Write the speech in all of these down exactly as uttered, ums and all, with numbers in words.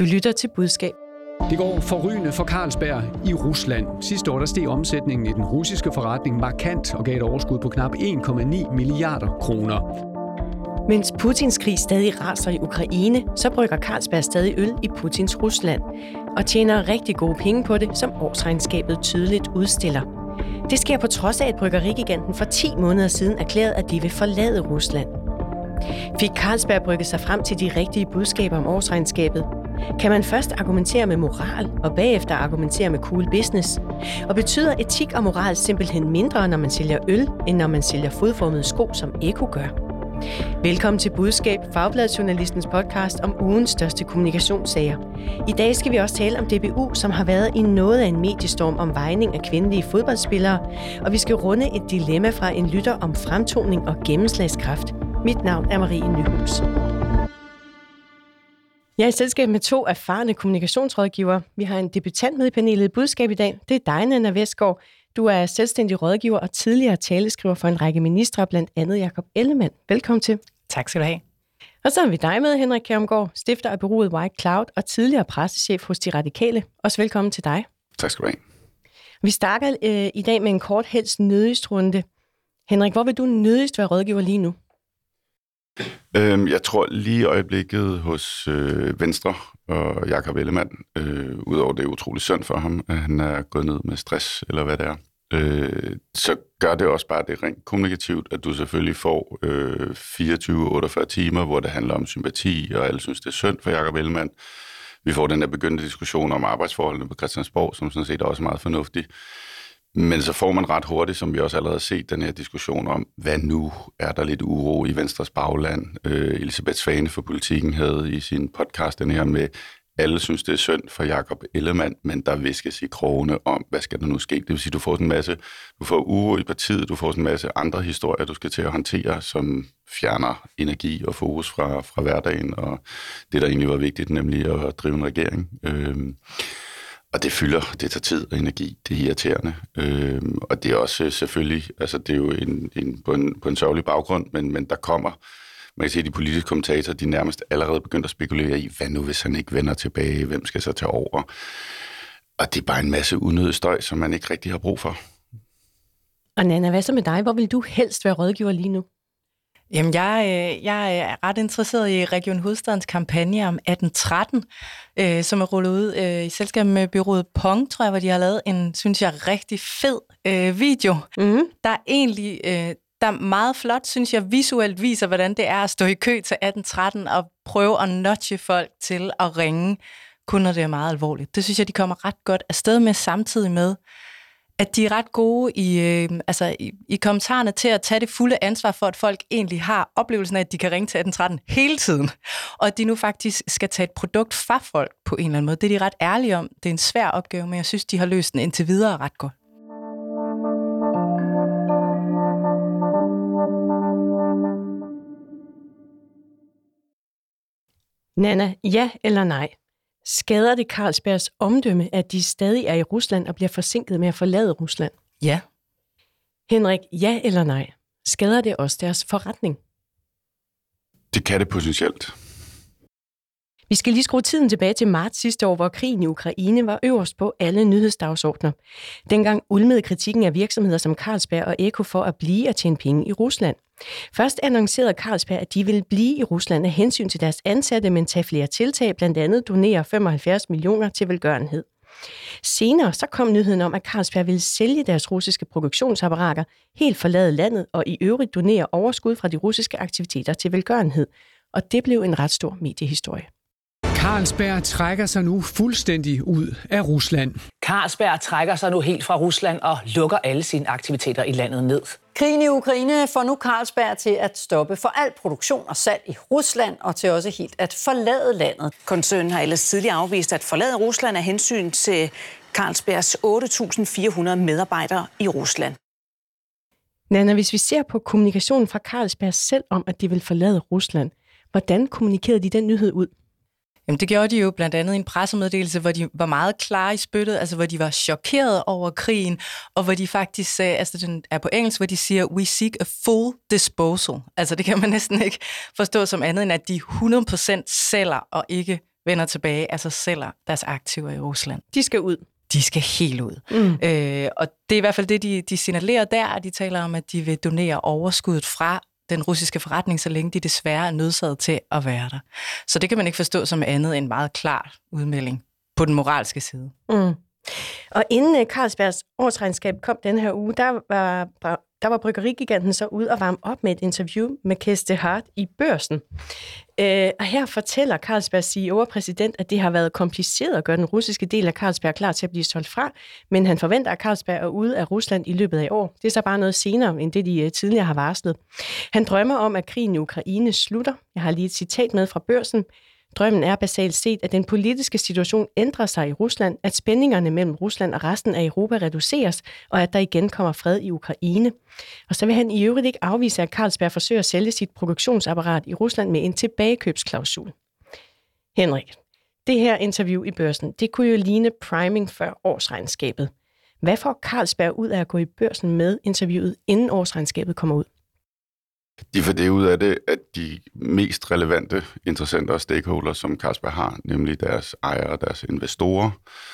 Du lytter til Budskab. Det går forrygende for Carlsberg i Rusland. Sidste år der steg omsætningen i den russiske forretning markant og gav et overskud på knap en komma ni milliarder kroner. Mens Putins krig stadig raser i Ukraine, så brygger Carlsberg stadig øl i Putins Rusland og tjener rigtig gode penge på det, som årsregnskabet tydeligt udstiller. Det sker på trods af, at bryggerigiganten for ti måneder siden erklærede, at de vil forlade Rusland. Fik Carlsberg brygget sig frem til de rigtige budskaber om årsregnskabet? Kan man først argumentere med moral, og bagefter argumentere med cool business? Og betyder etik og moral simpelthen mindre, når man sælger øl, end når man sælger fodformede sko, som Eko gør? Velkommen til Budskab, Fagbladjournalistens podcast om ugens største kommunikationssager. I dag skal vi også tale om D B U, som har været i noget af en mediestorm om vejning af kvindelige fodboldspillere, og vi skal runde et dilemma fra en lytter om fremtoning og gennemslagskraft. Mit navn er Marie Nyhus. Jeg er i selskab med to erfarne kommunikationsrådgivere. Vi har en debutant med i panelet i Budskab i dag. Det er dig, Nanna Vestgaard. Du er selvstændig rådgiver og tidligere taleskriver for en række ministre, blandt andet Jakob Ellemann. Velkommen til. Tak skal du have. Og så har vi dig med, Henrik Kjærumgaard, stifter af bureauet White Cloud og tidligere pressechef hos De Radikale. Også velkommen til dig. Tak skal du have. Vi starter øh, i dag med en kort helst nødigst runde. Henrik, hvor vil du nødigst være rådgiver lige nu? Øhm, jeg tror lige i øjeblikket hos øh, Venstre og Jakob Ellemann, øh, udover det er utroligt synd for ham, at han er gået ned med stress, eller hvad det er, øh, så gør det også bare det rent kommunikativt, at du selvfølgelig får øh, fireogtyve til otteogfyrre timer, hvor det handler om sympati, og alle synes, det er synd for Jakob Ellemann. Vi får den der begyndte diskussion om arbejdsforholdene på Christiansborg, som sådan set er også meget fornuftig. Men så får man ret hurtigt, som vi også allerede har set, den her diskussion om, hvad nu er der lidt uro i Venstres bagland. Øh, Elisabeth Svane for Politikken havde i sin podcast den her med, alle synes, det er synd for Jakob Ellemann, men der viskes i krogene om, hvad skal der nu ske? Det vil sige, du får sådan en masse, du får uro i partiet, du får sådan en masse andre historier, du skal til at håndtere, som fjerner energi og fokus fra, fra hverdagen, og det, der egentlig var vigtigt, nemlig at drive en regering. Øh, Og det fylder, det tager tid og energi, det er irriterende. Øhm, og det er også selvfølgelig, altså det er jo en, en, på, en, på en sørgelig baggrund, men, men der kommer, man kan se, at de politiske kommentatorer, de nærmest allerede begyndt at spekulere i, hvad nu hvis han ikke vender tilbage, hvem skal så tage over? Og det er bare en masse unødig støj, som man ikke rigtig har brug for. Og Nanna, hvad så med dig? Hvor vil du helst være rådgiver lige nu? Jamen, jeg, jeg er ret interesseret i Region Hovedstadens kampagne om atten tretten, øh, som er rullet ud øh, i selskab med bureauet Pong, tror jeg, hvor de har lavet en, synes jeg, rigtig fed øh, video. Mm-hmm. Der er egentlig øh, der er meget flot, synes jeg, visuelt viser, hvordan det er at stå i kø til atten tretten og prøve at nudge folk til at ringe, kun når det er meget alvorligt. Det synes jeg, de kommer ret godt afsted med, samtidig med, at de er ret gode i, øh, altså i, i kommentarerne til at tage det fulde ansvar for, at folk egentlig har oplevelsen af, at de kan ringe til atten tretten hele tiden, og at de nu faktisk skal tage et produkt fra folk på en eller anden måde. Det er de ret ærlige om. Det er en svær opgave, men jeg synes, de har løst den indtil videre ret godt. Nanna, ja eller nej? Skader det Carlsbergs omdømme, at de stadig er i Rusland og bliver forsinket med at forlade Rusland? Ja. Henrik, ja eller nej? Skader det også deres forretning? Det kan det potentielt. Vi skal lige skrue tiden tilbage til marts sidste år, hvor krigen i Ukraine var øverst på alle nyhedsdagsordner. Dengang ulmede kritikken af virksomheder som Carlsberg og Eko for at blive og tjene penge i Rusland. Først annoncerede Carlsberg, at de ville blive i Rusland af hensyn til deres ansatte, men tage flere tiltag, blandt andet donere femoghalvfjerds millioner til velgørenhed. Senere så kom nyheden om, at Carlsberg ville sælge deres russiske produktionsapparater, helt forlade landet og i øvrigt donere overskud fra de russiske aktiviteter til velgørenhed. Og det blev en ret stor mediehistorie. Carlsberg trækker sig nu fuldstændig ud af Rusland. Carlsberg trækker sig nu helt fra Rusland og lukker alle sine aktiviteter i landet ned. Krigen i Ukraine får nu Carlsberg til at stoppe for al produktion og salg i Rusland og til også helt at forlade landet. Koncernen har ellers tidligere afvist at forlade Rusland af hensyn til Carlsbergs otte tusind fire hundrede medarbejdere i Rusland. Nanna, hvis vi ser på kommunikationen fra Carlsberg selv om, at de vil forlade Rusland, hvordan kommunikerede de den nyhed ud? Jamen, det gjorde de jo blandt andet i en pressemeddelelse, hvor de var meget klare i spyttet, altså hvor de var chokeret over krigen, og hvor de faktisk sagde, altså den er på engelsk, hvor de siger, we seek a full disposal. Altså det kan man næsten ikke forstå som andet, end at de hundrede procent sælger og ikke vender tilbage, altså sælger deres aktiver i Rusland. De skal ud. De skal helt ud. Mm. Øh, og det er i hvert fald det, de, de signalerer der, at de taler om, at de vil donere overskuddet fra den russiske forretning, så længe de desværre er nødsaget til at være der. Så det kan man ikke forstå som andet end meget klar udmelding på den moralske side. Mm. Og inden Carlsbergs årsregnskab kom den her uge, der var, der var bryggerigiganten så ude og varme op med et interview med Cees de Hart i Børsen. Øh, og her fortæller Carlsbergs C E O og præsident, at det har været kompliceret at gøre den russiske del af Carlsberg klar til at blive solgt fra, men han forventer, at Carlsberg er ude af Rusland i løbet af år. Det er så bare noget senere, end det de tidligere har varslet. Han drømmer om, at krigen i Ukraine slutter. Jeg har lige et citat med fra Børsen. Drømmen er basalt set, at den politiske situation ændrer sig i Rusland, at spændingerne mellem Rusland og resten af Europa reduceres, og at der igen kommer fred i Ukraine. Og så vil han i øvrigt ikke afvise, at Carlsberg forsøger at sælge sit produktionsapparat i Rusland med en tilbagekøbsklausul. Henrik, det her interview i Børsen, det kunne jo ligne priming før årsregnskabet. Hvad får Carlsberg ud af at gå i Børsen med interviewet, inden årsregnskabet kommer ud? De får det ud af det, at de mest relevante interessenter og stakeholders, som Carlsberg har, nemlig deres ejere og deres investorer,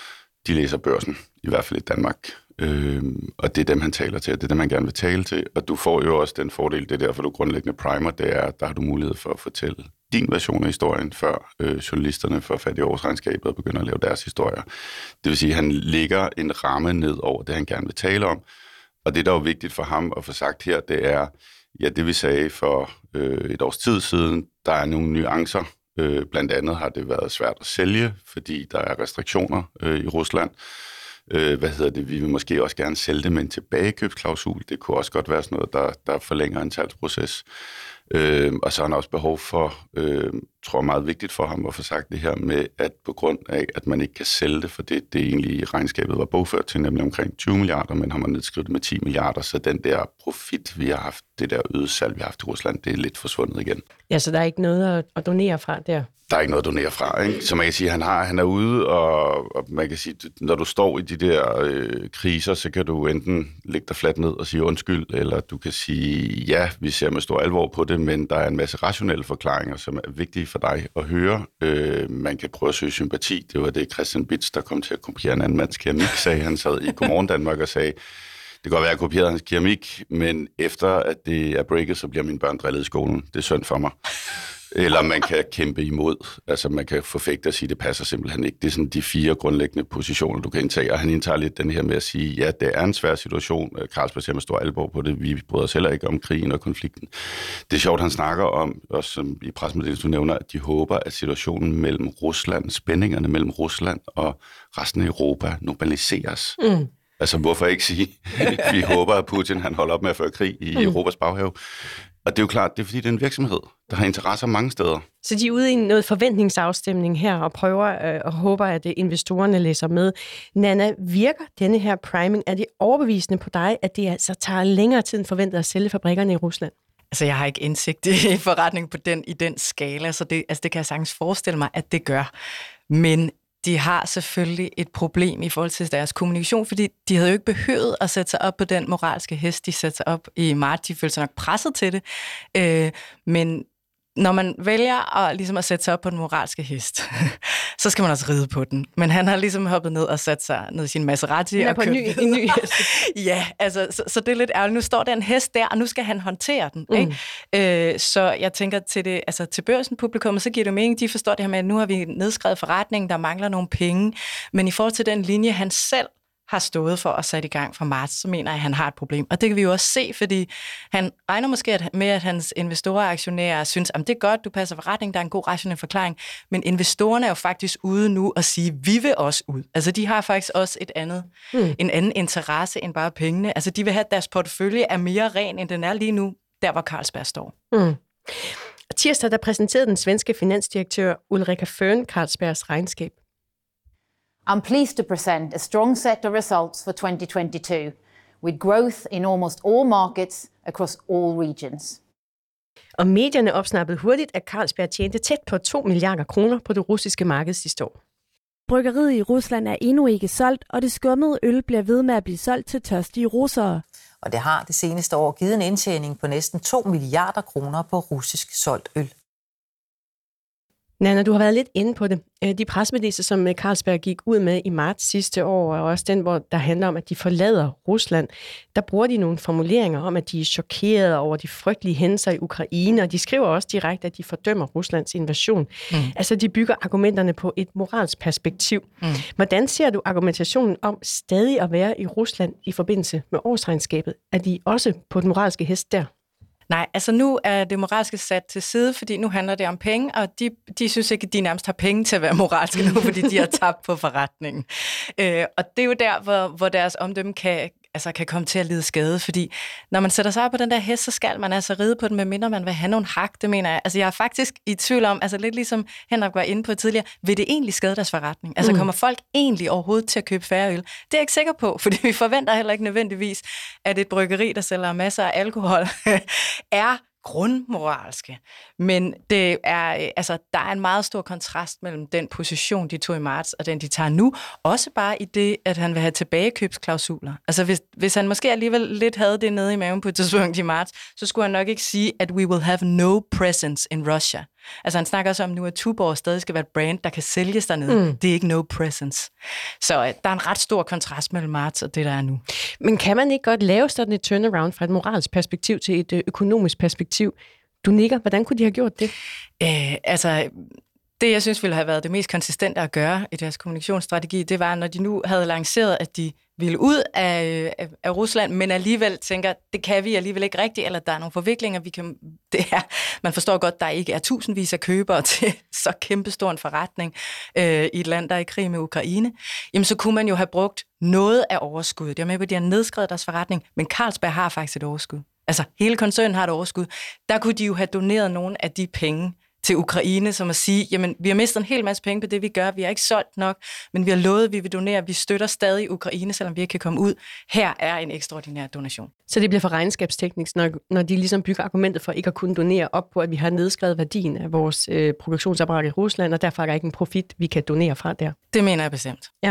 de læser Børsen, i hvert fald i Danmark. Øhm, og det er dem, han taler til, og det er dem, han gerne vil tale til. Og du får jo også den fordel, det er derfor, du grundlæggende primer, det er, der har du mulighed for at fortælle din version af historien, før øh, journalisterne får fat i årsregnskabet og begynder at lave deres historier. Det vil sige, at han lægger en ramme ned over det, han gerne vil tale om. Og det, der er jo vigtigt for ham at få sagt her, det er, ja, det vi sagde for øh, et års tid siden, der er nogle nuancer. Øh, blandt andet har det været svært at sælge, fordi der er restriktioner øh, i Rusland. Øh, hvad hedder det? Vi vil måske også gerne sælge det med en tilbagekøbsklausul. Det kunne også godt være sådan noget, der, der forlænger en salgsproces. Øh, og så har han også behov for, øh, tror jeg meget vigtigt for ham at få sagt det her med, at på grund af, at man ikke kan sælge det, for det, det egentlig i regnskabet var bogført til, nemlig omkring tyve milliarder, men har man nedskrevet det med ti milliarder, så den der profit, vi har haft, det der øget salg, vi har haft i Rusland, det er lidt forsvundet igen. Ja, så der er ikke noget at donere fra der? Der er ikke noget at donere fra, ikke? Så man kan sige, at han, har, han er ude, og, og man kan sige, når du står i de der øh, kriser, så kan du enten lægge dig fladt ned og sige undskyld, eller du kan sige, ja, vi ser med stor alvor på det, men der er en masse rationelle forklaringer, som er vigtige for dig at høre. Øh, man kan prøve at søge sympati. Det var det Christian Bitz, der kom til at kopiere en anden mands keramik, sagde han. Sad i Godmorgen Danmark og sagde, det kan godt være, at jeg kopierede hans keramik, men efter at det er breaket, så bliver mine børn drillet i skolen. Det er synd for mig. Eller man kan kæmpe imod. Altså man kan forfægte og sige, at det passer simpelthen ikke. Det er sådan de fire grundlæggende positioner, du kan indtage. Og han indtager lidt den her med at sige, ja, det er en svær situation. Carlsberg ser med stor alvor på det. Vi bryder os heller ikke om krigen og konflikten. Det er sjovt, han snakker om, også som i pressemeddelelsen du nævner, at de håber, at situationen mellem Rusland, spændingerne mellem Rusland og resten af Europa normaliseres. Mm. Altså hvorfor ikke sige, at vi håber, at Putin han holder op med at føre krig i mm. Europas baghave. Og det er jo klart, det er fordi, det er en virksomhed, der har interesser mange steder. Så de er ude i noget forventningsafstemning her og prøver øh, og håber, at investorerne læser med. Nana, virker denne her priming, er det overbevisende på dig, at det altså tager længere tid end forventet at sælge fabrikkerne i Rusland? Altså, jeg har ikke indsigt i forretning på den, i den skala, så det, altså, det kan jeg sagtens forestille mig, at det gør. Men de har selvfølgelig et problem i forhold til deres kommunikation, fordi de havde jo ikke behøvet at sætte sig op på den moralske hest, de satte sig op i marts. De følte sig nok presset til det. Øh, men når man vælger at, ligesom at sætte sig op på den moralske hest, så skal man også ride på den. Men han har ligesom hoppet ned og sat sig ned i sin Maserati og kørt en ny, en ny hest. Ja, altså, så, så det er lidt ærgerligt. Nu står der en hest der, og nu skal han håndtere den. Mm. Ikke? Øh, så jeg tænker til det, altså til Børsen publikum, så giver det mening, de forstår det her med, at nu har vi nedskrevet forretningen, der mangler nogle penge. Men i forhold til den linje, han selv har stået for at sætte i gang fra marts, så mener jeg, at han har et problem. Og det kan vi jo også se, fordi han regner måske med, at hans investorer og aktionærer synes, at det er godt, du passer forretning, der er en god rationel forklaring, men investorerne er jo faktisk ude nu og sige, vi vil også ud. Altså de har faktisk også et andet, mm. en anden interesse end bare pengene. Altså de vil have, at deres portefølje er mere ren, end den er lige nu, der hvor Carlsberg står. Mm. Tirsdag, der præsenterede den svenske finansdirektør Ulrika Fern Carlsbergs regnskab. I'm pleased to present a strong set of results for twenty twenty-two, with growth in almost all markets across all regions. Og medierne opsnappede hurtigt, at Carlsberg tjente tæt på to milliarder kroner på det russiske marked sidste år. Bryggeriet i Rusland er endnu ikke solgt, og det skummede øl bliver ved med at blive solgt til tørstige russere. Og det har det seneste år givet en indtjening på næsten to milliarder kroner på russisk solgt øl. Nanna, du har været lidt inde på det. De pressemeddelelser, som Carlsberg gik ud med i marts sidste år, og også den, hvor der handler om, at de forlader Rusland, der bruger de nogle formuleringer om, at de er chokeret over de frygtelige hændelser i Ukraine, og de skriver også direkte, at de fordømmer Ruslands invasion. Mm. Altså, de bygger argumenterne på et moralsk perspektiv. Mm. Hvordan ser du argumentationen om stadig at være i Rusland i forbindelse med årsregnskabet? Er de også på den moralske hest der? Nej, altså nu er det moralske sat til side, fordi nu handler det om penge, og de, de synes ikke, at de nærmest har penge til at være moralske nu, fordi de har tabt på forretningen. Øh, og det er jo der, hvor, hvor deres omdømme kan, altså kan komme til at lide skade, fordi når man sætter sig på den der hest, så skal man altså ride på den, medmindre man vil have nogle hak, det mener jeg. Altså jeg er faktisk i tvivl om, altså lidt ligesom Henrik var inde på tidligere, vil det egentlig skade deres forretning? Altså kommer folk egentlig overhovedet til at købe færre øl? Det er jeg ikke sikker på, fordi vi forventer heller ikke nødvendigvis, at et bryggeri, der sælger masser af alkohol, er grundmoralske. Men det er, altså, der er en meget stor kontrast mellem den position, de tog i marts, og den, de tager nu. Også bare i det, at han vil have tilbagekøbsklausuler. Altså, hvis, hvis han måske alligevel lidt havde det nede i maven på et tidspunkt i marts, så skulle han nok ikke sige, at we will have no presence in Russia. Altså, han snakker også om nu, at Tuborg stadig skal være et brand, der kan sælges dernede. Mm. Det er ikke no presence. Så uh, der er en ret stor kontrast mellem marts og det, der er nu. Men kan man ikke godt lave sådan et turnaround fra et moralsk perspektiv til et økonomisk perspektiv? Du nikker. Hvordan kunne de have gjort det? Æh, altså... Det, jeg synes ville have været det mest konsistente at gøre i deres kommunikationsstrategi, det var, når de nu havde lanceret, at de ville ud af, af, af Rusland, men alligevel tænker, det kan vi alligevel ikke rigtigt, eller der er nogle forviklinger, vi kan... Det er, man forstår godt, der ikke er tusindvis af købere til så kæmpestor en forretning øh, i et land, der er i krig med Ukraine. Jamen, så kunne man jo have brugt noget af overskuddet. Jeg er med på, at de har nedskrevet deres forretning, men Carlsberg har faktisk et overskud. Altså, hele koncernen har et overskud. Der kunne de jo have doneret nogle af de penge til Ukraine, som at sige, jamen, vi har mistet en hel masse penge på det, vi gør. Vi har ikke solgt nok, men vi har lovet, at vi vil donere. Vi støtter stadig Ukraine, selvom vi ikke kan komme ud. Her er en ekstraordinær donation. Så det bliver for regnskabsteknisk, når, når de ligesom bygger argumentet for ikke at kunne donere op på, at vi har nedskrevet værdien af vores øh, produktionsapparat i Rusland, og derfor er der ikke en profit, vi kan donere fra der. Det mener jeg bestemt. Ja.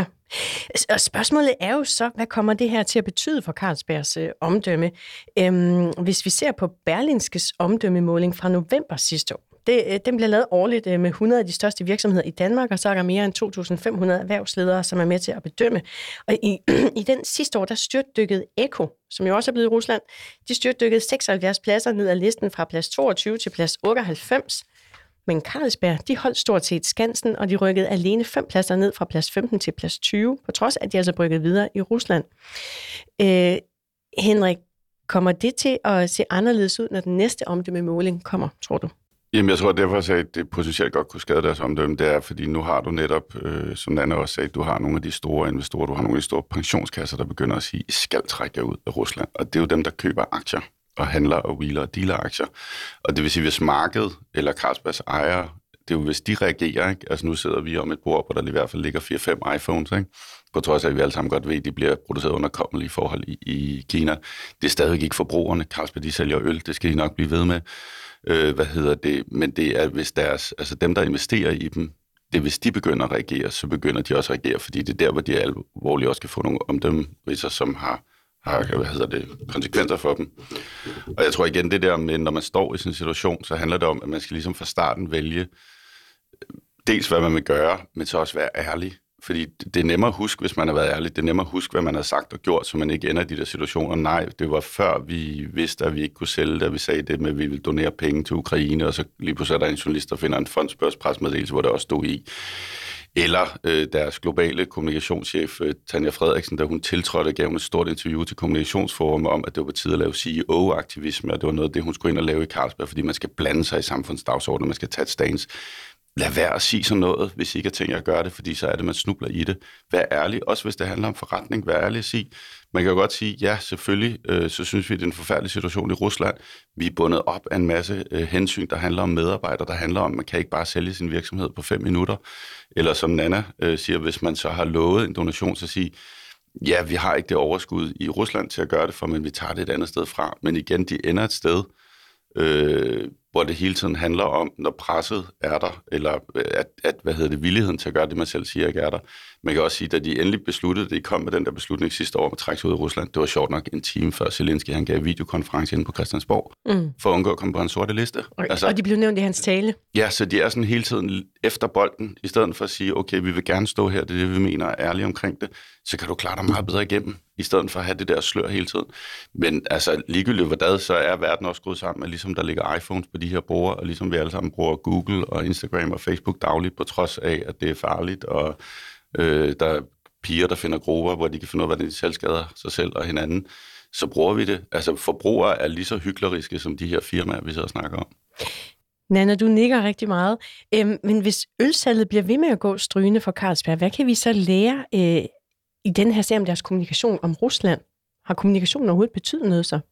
Og spørgsmålet er jo så, hvad kommer det her til at betyde for Carlsbergs øh, omdømme? Øhm, hvis vi ser på Berlingskes omdømmemåling fra november sidste år, Det, den bliver lavet årligt med hundrede af de største virksomheder i Danmark, og så er der mere end to tusind fem hundrede erhvervsledere, som er med til at bedømme. Og i, i den sidste år, der styrtdykkede Eko, som jo også er blevet i Rusland, de styrtdykkede seksoghalvfjerds pladser ned ad listen fra plads toogtyve til plads otteoghalvfems. Men Carlsberg, de holdt stort set skansen, og de rykkede alene fem pladser ned fra plads femten til plads tyve, på trods af, at de altså rykkede videre i Rusland. Øh, Henrik, kommer det til at se anderledes ud, når den næste omdømmemåling kommer, tror du? Jamen, jeg tror derfor, at det potentielt godt kunne skade deres omdømme, det er, fordi nu har du netop, øh, som Nanna også sagde, du har nogle af de store investorer, du har nogle af de store pensionskasser, der begynder at sige, I skal trække jer ud af Rusland. Og det er jo dem, der køber aktier og handler og wheeler og dealer aktier. Og det vil sige, hvis markedet eller Carlsbergs ejere, det er jo, hvis de reagerer, ikke? Altså nu sidder vi om et bord, hvor der i hvert fald ligger fire fem iPhones, ikke? På trods af, at vi alle sammen godt ved, at de bliver produceret under kommelige forhold i, i Kina. Det er stadigvæk ikke forbrugerne. Carlsberg, de sælger øl, det skal de nok blive ved med. Øh, hvad hedder det? Men det er, hvis deres, altså dem, der investerer i dem, det er, hvis de begynder at reagere, så begynder de også at reagere, fordi det er der, hvor de alvorligt også kan få nogle omdømmerisser, som har, har hvad hedder det, konsekvenser for dem. Og jeg tror igen, det der med, når man står i sådan en situation, så handler det om, at man skal ligesom fra starten vælge dels, hvad man vil gøre, men så også være ærlig. Fordi det er nemmere at huske, hvis man har været ærlig. Det er nemmere at huske, hvad man har sagt og gjort, så man ikke ender i de der situationer. Nej, det var før vi vidste, at vi ikke kunne sælge det, at vi sagde det med, at vi ville donere penge til Ukraine, og så lige pludselig er der en journalist, der finder en fondsbørspresmeddelelse, hvor der også stod i. Eller øh, deres globale kommunikationschef, øh, Tanja Frederiksen, da hun tiltrådte, gav hun et stort interview til Kommunikationsforum om, at det var på tide at lave C E O-aktivisme, og det var noget af det, hun skulle ind og lave i Carlsberg, fordi man skal blande sig i samfundsdagsordenen, man skal tage et stance. Lad være at sige sådan noget, hvis I ikke har tænkt jer at gøre det, fordi så er det, man snubler i det. Vær ærlig, også hvis det handler om forretning. Vær ærlig at sige. Man kan jo godt sige, ja, selvfølgelig, øh, så synes vi, det er en forfærdelig situation i Rusland. Vi er bundet op af en masse øh, hensyn, der handler om medarbejdere, der handler om, man kan ikke bare sælge sin virksomhed på fem minutter. Eller som Nanna øh, siger, hvis man så har lovet en donation, så sige, ja, vi har ikke det overskud i Rusland til at gøre det for, men vi tager det et andet sted fra. Men igen, de ender et sted, øh, hvor det hele tiden handler om, når presset er der, eller at, at hvad hedder det, villigheden til at gøre det, man selv siger, ikke er der. Man kan også sige, at de endelig besluttede, de kom med den der beslutning sidste år med at trække sig ud af Rusland, det var sjovt nok en time før Zelensky, han gav videokonference inde på Christiansborg, mm. for at undgå at komme på en sorte liste. Og, altså, og de blev nævnt i hans tale. Ja, så de er sådan hele tiden efter bolden, i stedet for at sige, okay, vi vil gerne stå her, det er det, vi mener er ærlige omkring det, så kan du klare dig meget bedre igennem, i stedet for at have det der slør hele tiden. Men altså, ligegyldigt hvordan, så er verden også skruet sammen, at ligesom der ligger iPhones på de her borde, og ligesom vi alle sammen bruger Google og Instagram og Facebook dagligt, på trods af, at det er farligt, og øh, der er piger, der finder grupper, hvor de kan finde ud af, hvordan de selv skader sig selv og hinanden, så bruger vi det. Altså, forbrugere er lige så hykleriske, som de her firmaer, vi sidder og snakker om. Nanna, du nikker rigtig meget. Øhm, men hvis ølsalget bliver ved med at gå strygende for Carlsberg, hvad kan vi så lære øh, i den her serie om deres kommunikation om Rusland? Har kommunikationen overhovedet betydet noget så?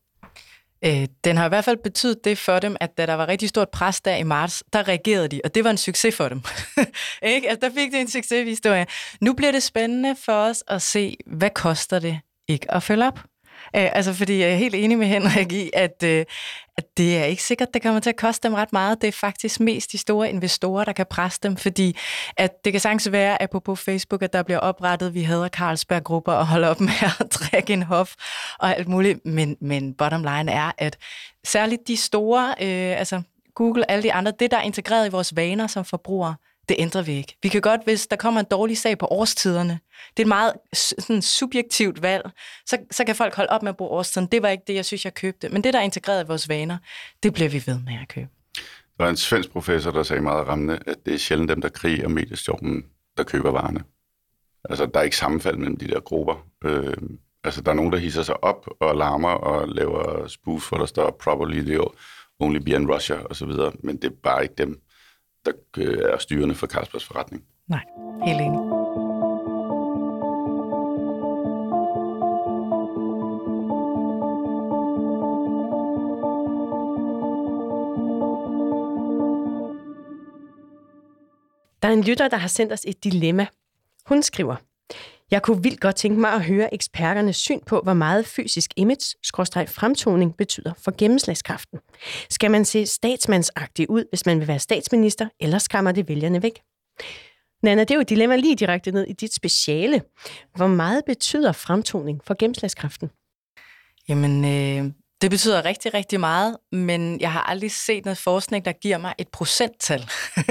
Øh, den har i hvert fald betydet det for dem, at da der var rigtig stort pres der i marts, der reagerede de, og det var en succes for dem. Ikke? Altså, der fik det en succeshistorie. Nu bliver det spændende for os at se, hvad koster det ikke at følge op? Øh, altså, fordi jeg er helt enig med Henrik i, at, øh, at det er ikke sikkert, det kommer til at koste dem ret meget. Det er faktisk mest de store investorer, der kan presse dem, fordi at det kan sagtens være, at på Facebook, at der bliver oprettet, vi hader Carlsberg-grupper og holder op med at drikke en hof og alt muligt. Men, men bottom line er, at særligt de store, øh, altså Google, alle de andre, det der er integreret i vores vaner som forbrugere, det ændrer vi ikke. Vi kan godt, hvis der kommer en dårlig sag på årstiderne, det er et meget sådan, subjektivt valg, så, så kan folk holde op med at bruge årstiden. Det var ikke det, jeg synes, jeg købte. Men det, der er integreret i vores vaner, det bliver vi ved med at købe. Der var en svensk professor, der sagde meget rammende, at det er sjældent dem, der kriger mediestormen, der køber varerne. Altså, der er ikke sammenfald mellem de der grupper. Øh, altså, der er nogen, der hisser sig op og larmer og laver spoof, hvor der står probably the only be in Russia osv., men det er bare ikke dem, der er styrende for Carlsbergs forretning. Nej, helt enig. Der er en lytter, der har sendt os et dilemma. Hun skriver: Jeg kunne vildt godt tænke mig at høre eksperternes syn på, hvor meget fysisk image-fremtoning betyder for gennemslagskraften. Skal man se statsmandsagtig ud, hvis man vil være statsminister, eller skræmmer det vælgerne væk? Nanna, det er jo et dilemma lige direkte ned i dit speciale. Hvor meget betyder fremtoning for gennemslagskraften? Jamen, øh, det betyder rigtig, rigtig meget, men jeg har aldrig set noget forskning, der giver mig et procenttal.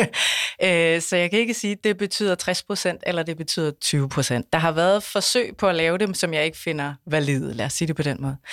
Så jeg kan ikke sige, at det betyder tres procent, eller det betyder tyve procent. Der har været forsøg på at lave dem, som jeg ikke finder valide. Lad os sige det på den måde.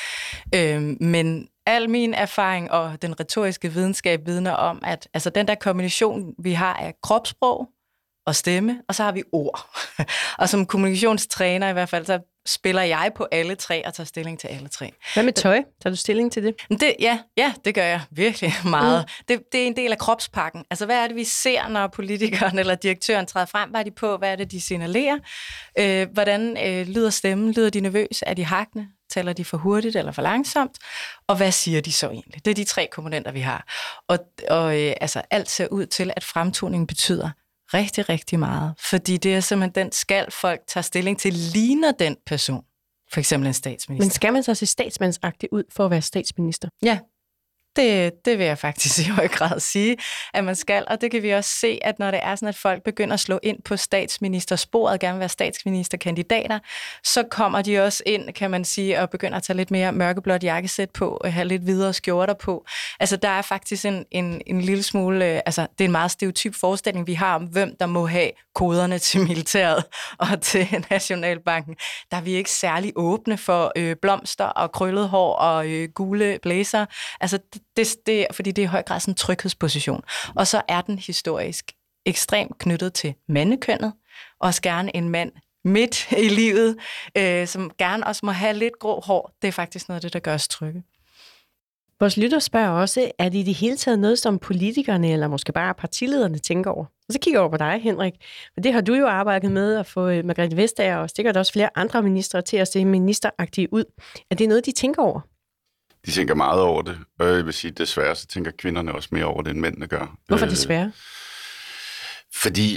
Men al min erfaring og den retoriske videnskab vidner om, at altså, den der kombination, vi har af kropssprog og stemme, og så har vi ord. Og som kommunikationstræner i hvert fald, så spiller jeg på alle tre og tager stilling til alle tre. Hvad med tøj? Tager du stilling til det? det ja, ja, det gør jeg virkelig meget. Mm. Det, det er en del af kropspakken. Altså, hvad er det, vi ser, når politikeren eller direktøren træder frem? Hvad er de på? Hvad er det, de signalerer? Øh, hvordan øh, lyder stemmen? Lyder de nervøse? Er de hakkende? Taler de for hurtigt eller for langsomt? Og hvad siger de så egentlig? Det er de tre komponenter, vi har. Og, og øh, altså, alt ser ud til, at fremtoningen betyder rigtig, rigtig meget. Fordi det er simpelthen den skal, folk tager stilling til, ligner den person. For eksempel en statsminister. Men skal man så se statsmandsagtig ud for at være statsminister? Ja, det, det vil jeg faktisk i høj grad sige, at man skal. Og det kan vi også se, at når det er sådan, at folk begynder at slå ind på statsministersporet, gerne vil være statsministerkandidater, så kommer de også ind, kan man sige, og begynder at tage lidt mere mørkeblåt jakkesæt på, og have lidt videre skjorter på. Altså, der er faktisk en, en, en lille smule, altså, det er en meget stereotyp forestilling, vi har om, hvem der må have koderne til militæret og til Nationalbanken. Der er vi ikke særlig åbne for øh, blomster og krøllet hår og øh, gule blæser. Altså, Det, det, fordi det er i høj grad sådan en tryghedsposition. Og så er den historisk ekstremt knyttet til mandekønnet, og også gerne en mand midt i livet, øh, som gerne også må have lidt grå hår. Det er faktisk noget af det, der gør os trygge. Vores lytter spørger også, er det i det hele taget noget, som politikerne eller måske bare partilederne tænker over? Og så kigger jeg over på dig, Henrik. For det har du jo arbejdet med at få Margrethe Vestager og sikkert også flere andre ministre til at se ministeraktive ud. Er det noget, de tænker over? De tænker meget over det, og jeg vil sige, desværre så tænker kvinderne også mere over det, end mændene gør. Hvorfor desværre? Fordi at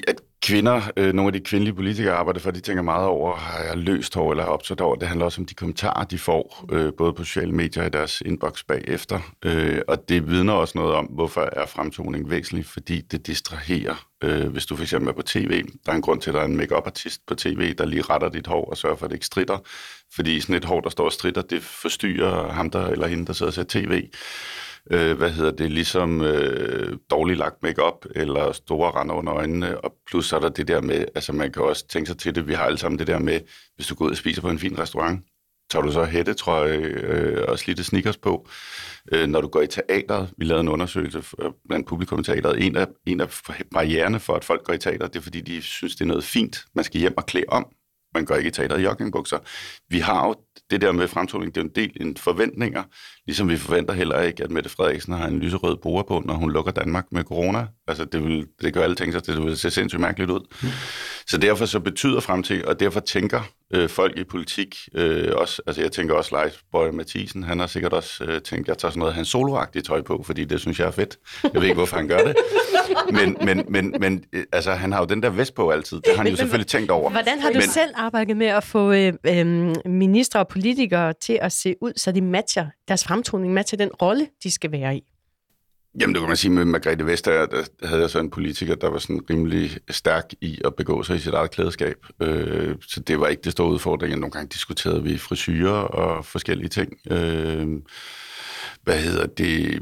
kvinder, øh, nogle af de kvindelige politikere arbejder for, de tænker meget over, har jeg løst hår eller har opsat hår. Det handler også om de kommentarer, de får, øh, både på sociale medier og i deres inbox bagefter. Øh, og det vidner også noget om, hvorfor er fremtoning væsentlig, fordi det distraherer. Øh, hvis du for eksempel er på tv, der er en grund til, at der er en make-up-artist på tv, der lige retter dit hår og sørger for, at det ikke stritter. Fordi sådan et hår, der står og stritter, det forstyrrer ham der eller hende, der sidder og ser tv. Øh, hvad hedder det, ligesom øh, dårligt lagt makeup eller store render under øjnene, og plus så er der det der med, altså man kan også tænke sig til det, vi har alle sammen det der med, hvis du går ud og spiser på en fin restaurant, tager du så hættetrøje øh, og slidte sneakers på. Øh, når du går i teateret, vi lavede en undersøgelse blandt publikum i teateret, en af, en af barriererne for, at folk går i teateret, det er fordi, de synes, det er noget fint, man skal hjem og klæde om. Man går ikke i teateret i joggingbukser. Vi har jo det der med fremtoning, det er en del en forventninger, ligesom vi forventer heller ikke, at Mette Frederiksen har en lyserød bord på, når hun lukker Danmark med corona. Altså det, vil, det gør alle tænke sig, det vil se sindssygt mærkeligt ud. Mm. Så derfor så betyder fremtid, og derfor tænker øh, folk i politik øh, også, altså jeg tænker også Leif Boje Mathiesen, han har sikkert også øh, tænkt, jeg tager sådan noget hans soloagtigt tøj på, fordi det synes jeg er fedt. Jeg ved ikke, hvorfor han gør det. Men, men, men, men altså, han har jo den der vest på altid, det har han jo selvfølgelig tænkt over. Hvordan har du men, selv arbejdet med at få øh, øh, ministre og politikere til at se ud, så de matcher, deres fremtoning matcher den rolle, de skal være i? Jamen, det kan man sige, med Margrethe Vestager, der havde jeg så en politiker, der var sådan rimelig stærk i at begå sig i sit eget klædeskab. Øh, så det var ikke det store udfordring. Nogle gange diskuterede vi frisyrer og forskellige ting. Øh, hvad hedder det?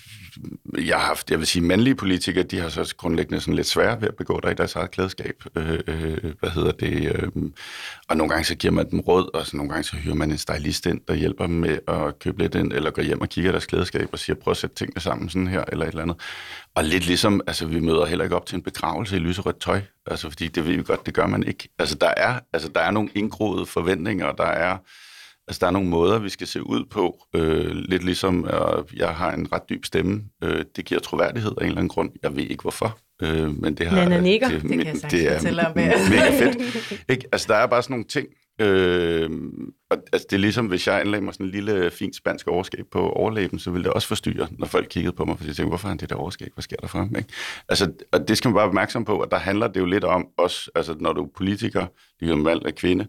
Jeg har haft, jeg vil sige, mandlige politikere, de har så grundlæggende sådan lidt svært ved at begå dig i deres eget klædeskab. Øh, øh, hvad hedder det? Øh, og nogle gange så giver man dem råd, og så nogle gange så hyrer man en stylist ind, der hjælper dem med at købe lidt ind, eller går hjem og kigger deres klædeskab og siger, prøv at sætte tingene sammen sådan her, eller et eller andet. Og lidt ligesom, altså vi møder heller ikke op til en begravelse i lyserødt tøj, altså fordi det ved vi godt, det gør man ikke. Altså der er, altså, der er nogle indgroede forventninger, og der er Altså, der er nogle måder, vi skal se ud på. Øh, lidt ligesom, at jeg har en ret dyb stemme. Øh, det giver troværdighed af en eller anden grund. Jeg ved ikke, hvorfor. Øh, men det har... Nana nikker. Det, det kan jeg sagtens det fortælle om. mega fedt. Ikke? Altså, der er bare sådan nogle ting. Øh, og, altså, det er ligesom, hvis jeg anlagde mig sådan en lille, fint spansk overskæg på overlæben, så ville det også forstyrre, når folk kiggede på mig, fordi de tænkte, hvorfor har han det der overskæg? Hvad sker der for ham? Ikke? Altså, og det skal man bare være opmærksom på, at der handler det jo lidt om os, altså når du er politiker, ligesom valgt af kvinde,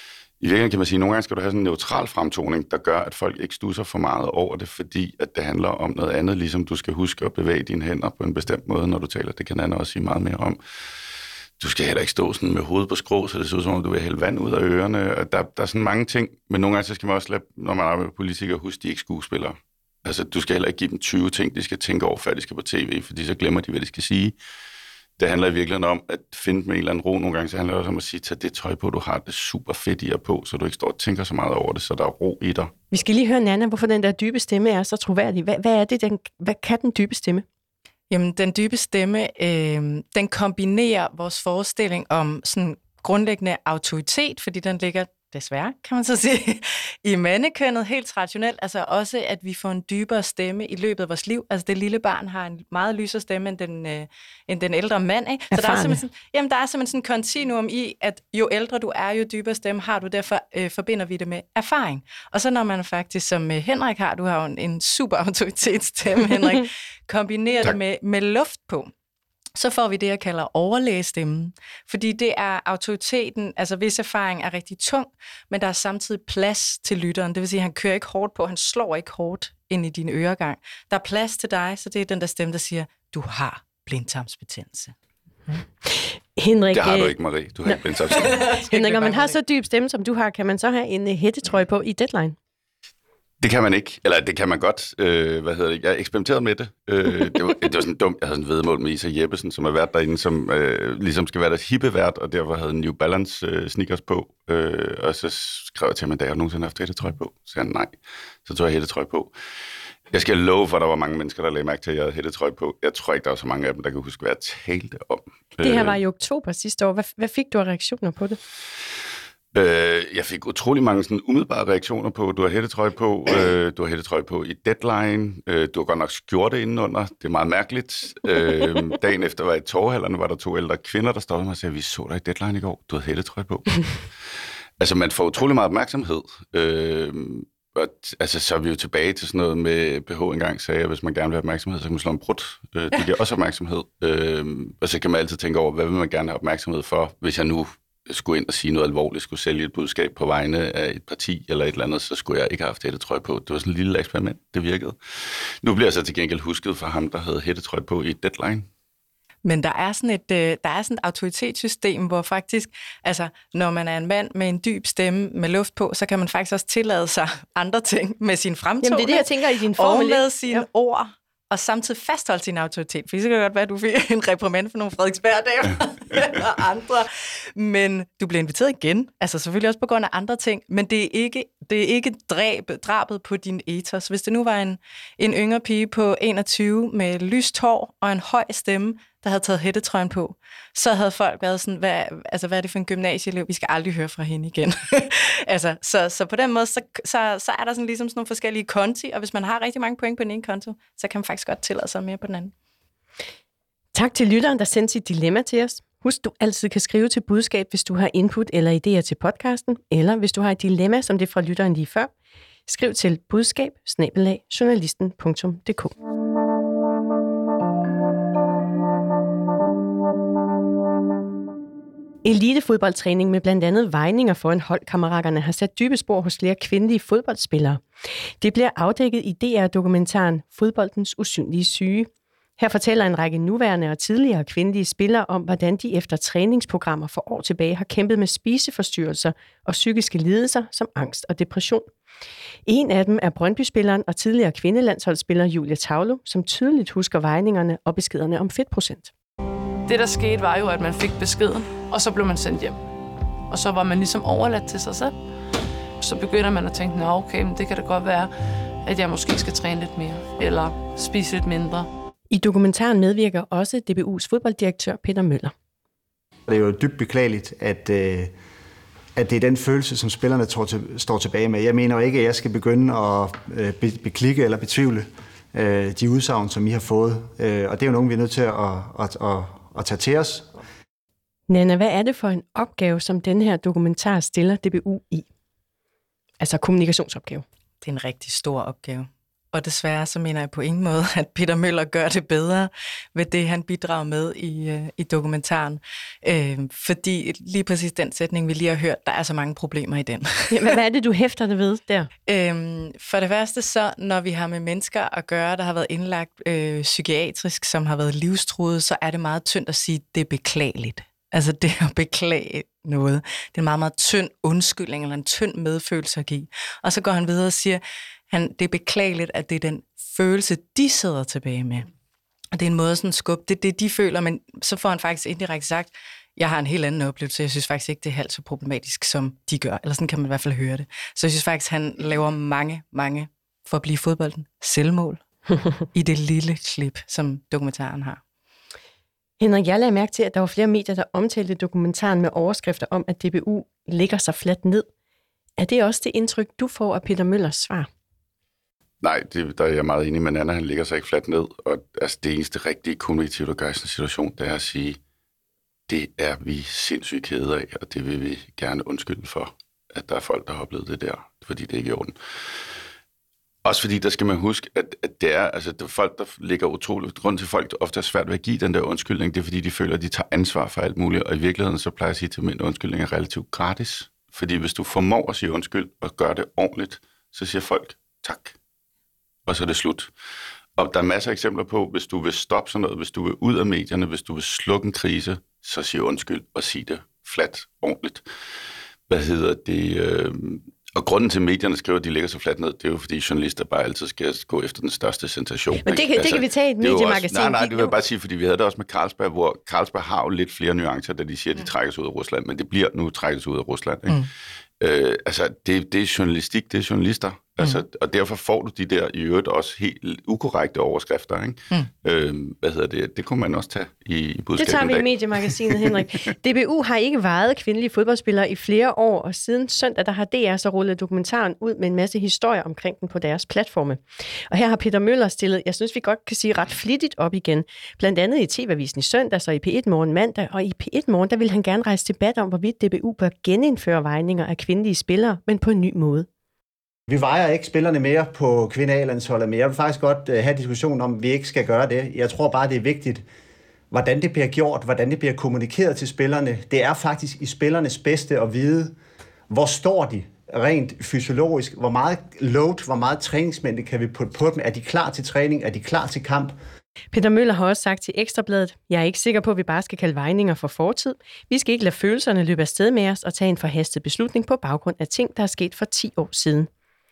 i virkeligheden kan man sige, at nogle gange skal du have sådan en neutral fremtoning, der gør, at folk ikke stusser for meget over det, fordi at det handler om noget andet, ligesom du skal huske at bevæge dine hænder på en bestemt måde, når du taler. Det kan Anna også sige meget mere om. Du skal heller ikke stå sådan med hovedet på skrå, så det ser ud som om, du vil hælde vand ud af ørerne. Der, der er sådan mange ting, men nogle gange så skal man også lade, når man arbejder med politikere, huske, de er ikke skuespillere. Altså, du skal heller ikke give dem tyve ting, de skal tænke over, før de skal på tv, fordi så glemmer de, hvad de skal sige. Det handler i virkeligheden om at finde med en eller anden ro. Nogle gange så handler det også om at sige, tag det tøj på, du har det super fedt i at på, så du ikke står og tænker så meget over det, så der er ro i dig. Vi skal lige høre, Nana, hvorfor den der dybe stemme er så troværdig. Hvad, hvad er det, den, hvad kan den dybe stemme? Jamen, den dybe stemme, øh, den kombinerer vores forestilling om sådan grundlæggende autoritet, fordi den ligger desværre, kan man så sige, i mandekønnet helt traditionelt. Altså også, at vi får en dybere stemme i løbet af vores liv. Altså det lille barn har en meget lysere stemme end den, øh, end den ældre mand. Ikke? Så der er, simpelthen sådan, jamen, der er simpelthen sådan en kontinuum i, at jo ældre du er, jo dybere stemme har du. Derfor øh, forbinder vi det med erfaring. Og så når man faktisk, som øh, Henrik har, du har jo en, en super autoritetsstemme, Henrik, kombinerer det med, med luft på. Så får vi det, jeg kalder overlægestemmen. Fordi det er autoriteten, altså hvis erfaring er rigtig tung, men der er samtidig plads til lytteren. Det vil sige, at han kører ikke hårdt på, han slår ikke hårdt ind i din øregang. Der er plads til dig, så det er den der stemme, der siger, du har blindtarmsbetændelse. Hmm. Henrik, det har du ikke, Marie. Du har ikke blindtarmsbetændelse. Henrik, når man har så dyb stemme, som du har, kan man så have en hættetrøje på i Deadline? Det kan man ikke, eller det kan man godt. Øh, hvad hedder det? Jeg eksperimenterede med det. Øh, det, var, det var sådan dumt. Jeg havde sådan en vedmål med Isa Jeppesen, som er vært derinde, som øh, ligesom skal være deres hippe vært, og derfor havde New Balance øh, sneakers på. Øh, og så skrev jeg til ham, at jeg har nogensinde haft hættetrøje på. Så sagde han nej. Så tog jeg hættetrøje på. Jeg skal love for, at der var mange mennesker, der lagde mærke til, at jeg havde hættetrøje på. Jeg tror ikke, der var så mange af dem, der kan huske, hvad jeg talte om. Det her var i oktober sidste år. Hvad, hvad fik du af reaktioner på det? Øh, jeg fik utrolig mange sådan umiddelbare reaktioner på, du har hættetrøje på, øh, du har hættetrøje på i Deadline, øh, du har godt nok skjorte indenunder, det er meget mærkeligt. Øh, dagen efter var i Torvehallerne, var der to ældre kvinder, der stod mig og sagde, vi så dig i Deadline i går, du havde hættetrøje på. Altså man får utrolig meget opmærksomhed, øh, og, altså, så er vi jo tilbage til sådan noget med, B H engang sagde, at hvis man gerne vil have opmærksomhed, så kan man slå en brud. Øh, det giver også opmærksomhed. Øh, og så kan man altid tænke over, hvad vil man gerne have opmærksomhed for, hvis jeg nu skulle ind og sige noget alvorligt, skulle sælge et budskab på vegne af et parti eller et eller andet, så skulle jeg ikke have haft hættetrøje på. Det var sådan et lille eksperiment, det virkede. Nu bliver jeg så til gengæld husket for ham, der havde hættetrøje på i Deadline. Men der er sådan et, der er sådan et autoritetssystem, hvor faktisk, altså, når man er en mand med en dyb stemme med luft på, så kan man faktisk også tillade sig andre ting med sin fremtoning. Jamen det er det, jeg tænker i din formel. Og med sine ja. ord, og samtidig fastholde sin autoritet. For så kan det godt være, at du fik en reprimand for nogle Frederiksberg-dage eller andre. Men du bliver inviteret igen. Altså selvfølgelig også på grund af andre ting. Men det er ikke, det er ikke dræb, drabet på din ethos. Hvis det nu var en, en yngre pige på enogtyve med lyst hår og en høj stemme, der havde taget hættetrøjen på, så havde folk været sådan, hvad, altså, hvad er det for en gymnasieelev? Vi skal aldrig høre fra hende igen. altså, så, så på den måde, så, så, så er der sådan ligesom sådan nogle forskellige konti, og hvis man har rigtig mange point på den ene konto, så kan man faktisk godt tillade sig mere på den anden. Tak til lytteren, der sendte sit dilemma til os. Husk, du altid kan skrive til budskab, hvis du har input eller idéer til podcasten, eller hvis du har et dilemma, som det fra lytteren lige før. Skriv til budskab bindestreg journalisten punktum d k. Elitefodboldtræning med blandt andet vejninger foran holdkammeraterne har sat dybe spor hos flere kvindelige fodboldspillere. Det bliver afdækket i D R-dokumentaren Fodboldens usynlige syge. Her fortæller en række nuværende og tidligere kvindelige spillere om, hvordan de efter træningsprogrammer for år tilbage har kæmpet med spiseforstyrrelser og psykiske lidelser som angst og depression. En af dem er Brøndby-spilleren og tidligere kvindelandsholdsspiller Julia Tavlo, som tydeligt husker vejningerne og beskederne om fedtprocent. Det, der skete, var jo, at man fik beskeden, og så blev man sendt hjem. Og så var man ligesom overladt til sig selv. Så begynder man at tænke, nå okay, men det kan da godt være, at jeg måske skal træne lidt mere, eller spise lidt mindre. I dokumentaren medvirker også D B U's fodbolddirektør Peter Møller. Det er jo dybt beklageligt, at, at det er den følelse, som spillerne står tilbage med. Jeg mener jo ikke, at jeg skal begynde at beklikke eller betvivle de udsagn, som I har fået. Og det er jo nogen, vi er nødt til at, at, at, at tage til os. Nanna, hvad er det for en opgave, som den her dokumentar stiller D B U i? Altså kommunikationsopgave. Det er en rigtig stor opgave. Og desværre så mener jeg på ingen måde, at Peter Møller gør det bedre ved det, han bidrager med i, øh, i dokumentaren. Øh, fordi lige præcis den sætning, vi lige har hørt, der er så mange problemer i den. Ja, hvad er det, du hæfter dig ved der? Øh, for det første så, når vi har med mennesker at gøre, der har været indlagt øh, psykiatrisk, som har været livstruede, så er det meget tyndt at sige, at det er beklageligt. Altså det at beklage noget. Det er en meget, meget tynd undskyldning, eller en tynd medfølelse at give. Og så går han videre og siger, han, det er beklageligt, at det er den følelse, de sidder tilbage med. Og det er en måde sådan skub. Det er det, de føler, men så får han faktisk indirekte sagt, jeg har en helt anden oplevelse, jeg synes faktisk ikke, det er halvt så problematisk, som de gør. Eller sådan kan man i hvert fald høre det. Så jeg synes faktisk, han laver mange, mange, for at blive fodbolden, selvmål i det lille klip, som dokumentaren har. Henrik, jeg lagde mærke til, at der var flere medier, der omtalte dokumentaren med overskrifter om, at D B U ligger sig fladt ned. Er det også det indtryk, du får af Peter Møllers svar? Nej, det, der er jeg meget enig med Nanna. Han ligger sig ikke fladt ned. Og altså, det eneste rigtige kommunikativt at gøre i sådan en situation, det er at sige, det er vi sindssygt kede af, og det vil vi gerne undskylde for, at der er folk, der har oplevet det der, fordi det ikke er i orden. Også fordi, der skal man huske, at, at det er, altså, det er folk, der ligger utroligt. Grund til folk, der ofte er svært ved at give den der undskyldning, det er fordi, de føler, at de tager ansvar for alt muligt. Og i virkeligheden, så plejer jeg at sige til mig, at undskyldning er relativt gratis. Fordi hvis du formår at sige undskyld og gøre det ordentligt, så siger folk tak. Og så er det slut. Og der er masser af eksempler på, hvis du vil stoppe sådan noget, hvis du vil ud af medierne, hvis du vil slukke en krise, så sig undskyld og sig det fladt, ordentligt. Hvad hedder det? Øh... Og grunden til, at medierne skriver, at de ligger så fladt ned, det er jo, fordi journalister bare altid skal gå efter den største sensation. Men det kan, altså, det kan vi tage i et mediemagasin. Nej, nej, det vil jeg bare sige, fordi vi havde det også med Carlsberg, hvor Carlsberg har jo lidt flere nuancer, da de siger, at de trækkes ud af Rusland, men det bliver nu trækkes ud af Rusland. Ikke? Mm. Øh, altså, det, det er journalistik, det er journalister. Altså, mm. Og derfor får du de der i øvrigt også helt ukorrekte overskrifter. Ikke? Mm. Øh, hvad hedder det? Det kunne man også tage i, i budskabet. Det tager vi i mediemagasinet, Henrik. D B U har ikke vejet kvindelige fodboldspillere i flere år, og siden søndag, der har D R så rullet dokumentaren ud med en masse historier omkring den på deres platforme. Og her har Peter Møller stillet, jeg synes, vi godt kan sige, ret flittigt op igen. Blandt andet i T V-avisen i søndag, så i P et Morgen mandag, og i P et Morgen, der vil han gerne rejse debat om, hvorvidt D B U bør genindføre vejninger af kvindelige spillere, men på en ny måde. Vi vejer ikke spillerne mere på kvinde-A-landsholdet, men jeg vil faktisk godt uh, have diskussion om, at vi ikke skal gøre det. Jeg tror bare, det er vigtigt, hvordan det bliver gjort, hvordan det bliver kommunikeret til spillerne. Det er faktisk i spillernes bedste at vide, hvor står de rent fysiologisk, hvor meget load, hvor meget træningsmængde kan vi putte på dem. Er de klar til træning? Er de klar til kamp? Peter Møller har også sagt til Ekstrabladet, jeg er ikke sikker på, at vi bare skal kalde vejninger for fortid. Vi skal ikke lade følelserne løbe afsted med os og tage en forhastet beslutning på baggrund af ting, der er sket for ti år siden.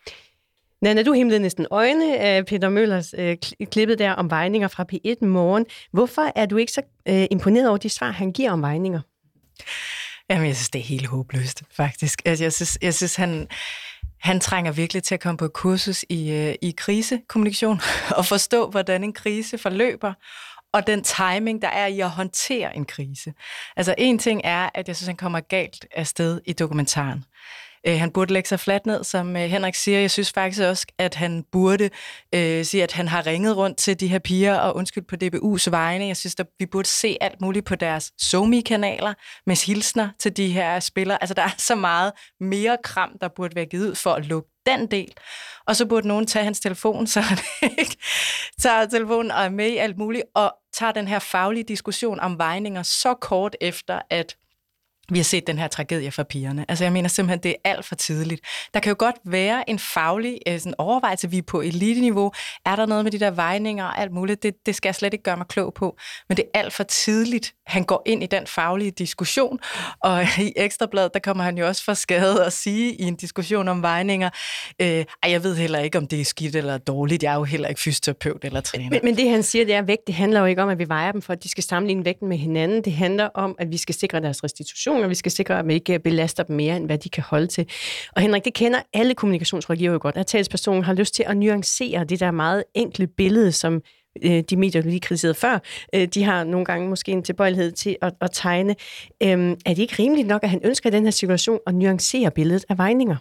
Nanna, du himlede næsten øjne af Peter Møllers øh, klippet der om vejninger fra P et morgen. Hvorfor er du ikke så øh, imponeret over de svar, han giver om vejninger? Jamen, jeg synes, det er helt håbløst, faktisk. Altså, jeg synes, jeg synes han, han trænger virkelig til at komme på et kursus i, øh, i krisekommunikation og forstå, hvordan en krise forløber, og den timing, der er i at håndtere en krise. Altså, en ting er, at jeg synes, han kommer galt afsted i dokumentaren. Han burde lægge sig fladt ned, som Henrik siger. Jeg synes faktisk også, at han burde øh, sige, at han har ringet rundt til de her piger og undskyld på D B U's vegne. Jeg synes, at vi burde se alt muligt på deres SoMe-kanaler med hilsner til de her spillere. Altså, der er så meget mere kram, der burde være givet ud for at lukke den del. Og så burde nogen tage hans telefon, så han ikke tager telefonen og er med i alt muligt, og tager den her faglige diskussion om vejninger så kort efter, at vi har set den her tragedie for pigerne. Altså, jeg mener simpelthen, det er alt for tidligt. Der kan jo godt være en faglig sådan overvejelse, vi er på elite-niveau. Er der noget med de der vejninger og alt muligt? Det, det skal jeg slet ikke gøre mig klog på. Men det er alt for tidligt, han går ind i den faglige diskussion. Og i Ekstrabladet, der kommer han jo også for skade at sige i en diskussion om vejninger, øh, ej, jeg ved heller ikke, om det er skidt eller dårligt. Jeg er jo heller ikke fysioterapeut eller træner. Men, men det, han siger, det er vægt. Det handler jo ikke om, at vi vejer dem, for at de skal sammenligne vægten med hinanden. Det handler om, at vi skal sikre deres restitution, og vi skal sikre, at vi ikke belaster dem mere, end hvad de kan holde til. Og Henrik, det kender alle kommunikationsrådgivere jo godt, at talspersonen har lyst til at nuancere det der meget enkle billede, som øh, de medier, du lige kritiserede før, øh, de har nogle gange måske en tilbøjelighed til at, at tegne. Øhm, er det ikke rimeligt nok, at han ønsker i den her situation at nuancere billedet af vejninger?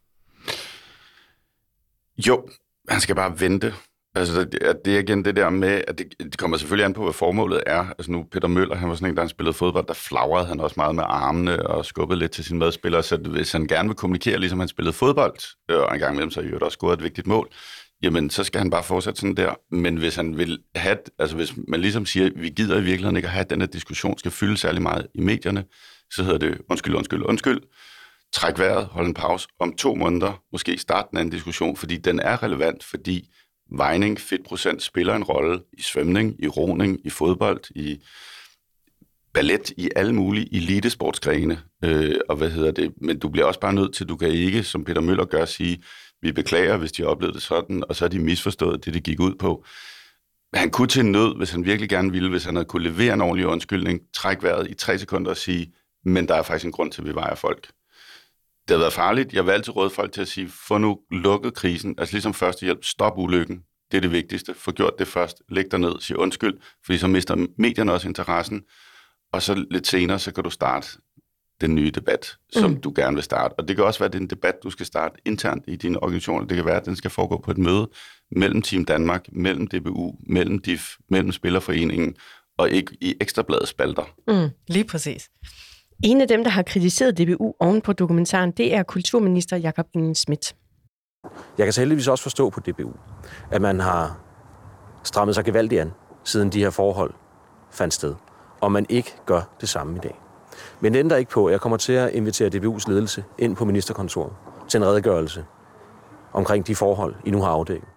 Jo, han skal bare vente. Altså, det, det er igen det der med, at det, det kommer selvfølgelig an på, hvad formålet er. Altså nu, Peter Møller, han var sådan en, der han spillede fodbold, der flagrede han også meget med armene og skubbede lidt til sine medspillere, så hvis han gerne vil kommunikere, ligesom han spillede fodbold, og en gang imellem så har jo også scoret et vigtigt mål, jamen så skal han bare fortsætte sådan der. Men hvis han vil have, altså hvis man ligesom siger, vi gider i virkeligheden ikke at have, at den her diskussion skal fylde særlig meget i medierne, så hedder det undskyld, undskyld, undskyld. Træk vejret, hold en pause. Om to måneder måske starte en anden diskussion, fordi den er relevant, fordi vejning, fedtprocent spiller en rolle i svømning, i roning, i fodbold, i ballet, i alle mulige elitesportsgrene. Øh, og hvad hedder det? Men du bliver også bare nødt til, du kan ikke, som Peter Møller gør, sige, vi beklager, hvis de har oplevet det sådan, og så har de misforstået det, det gik ud på. Han kunne til nød, hvis han virkelig gerne ville, hvis han havde kunne levere en ordentlig undskyldning, træk vejret i tre sekunder og sige, men der er faktisk en grund til, at vi vejer folk. Det har været farligt. Jeg vil altid råde folk til at sige, få nu lukket krisen. Altså ligesom førstehjælp, stop ulykken. Det er det vigtigste. Få gjort det først. Læg dig ned, sig undskyld, fordi så mister medierne også interessen. Og så lidt senere, så kan du starte den nye debat, som mm. du gerne vil starte. Og det kan også være, at det er en debat, du skal starte internt i dine organisationer. Det kan være, at den skal foregå på et møde mellem Team Danmark, mellem D B U, mellem D I F, mellem Spillerforeningen, og ikke i Ekstrabladets spalter. Mm, lige præcis. En af dem, der har kritiseret D B U oven på dokumentaren, det er kulturminister Jakob Engel-Schmidt. Jeg kan så heldigvis også forstå på D B U, at man har strammet sig gevaldigt an, siden de her forhold fandt sted, og man ikke gør det samme i dag. Men det ændrer ikke på, at jeg kommer til at invitere D B U's ledelse ind på ministerkontoret til en redegørelse omkring de forhold, I nu har afdækket.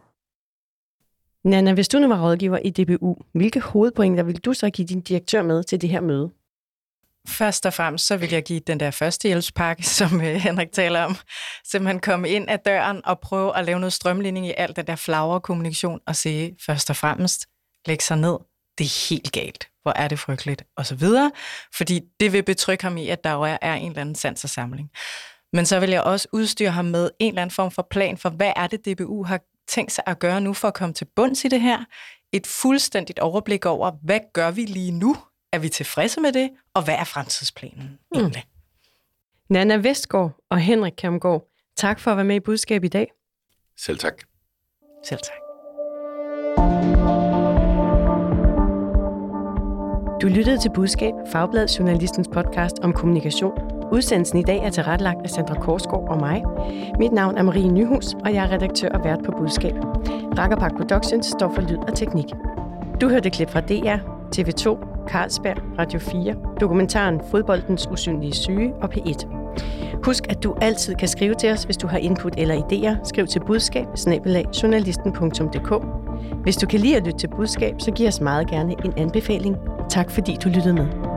Nanna, hvis du nu var rådgiver i D B U, hvilke hovedpointer vil du så give din direktør med til det her møde? Først og fremmest, så vil jeg give den der førstehjælpspakke, som øh, Henrik taler om. Simpelthen komme ind ad døren og prøve at lave noget strømligning i alt den der flagre kommunikation og sige først og fremmest, læg sig ned. Det er helt galt. Hvor er det frygteligt? Og så videre. Fordi det vil betrygge ham i, at der jo er, er en eller anden sans og samling. Men så vil jeg også udstyre ham med en eller anden form for plan for, hvad er det, D B U har tænkt sig at gøre nu for at komme til bunds i det her. Et fuldstændigt overblik over, hvad gør vi lige nu? Er vi tilfredse med det? Og hvad er fremtidsplanen egentlig? Mm. Nanna Vestgaard og Henrik Kjermgaard, tak for at være med i Budskab i dag. Selv tak. Selv tak. Du lyttede til Budskab, Fagbladet Journalistens podcast om kommunikation. Udsendelsen i dag er tilrettelagt af Sandra Korsgaard og mig. Mit navn er Marie Nyhus, og jeg er redaktør og vært på Budskab. Rakkerpark Productions står for lyd og teknik. Du hørte klip fra D R, T V to, Carlsberg, Radio fire, dokumentaren Fodboldens usynlige syge og P et. Husk, at du altid kan skrive til os, hvis du har input eller idéer. Skriv til budskab bindestreg journalisten punktum d k. Hvis du kan lide at lytte til Budskab, så giv os meget gerne en anbefaling. Tak fordi du lyttede med.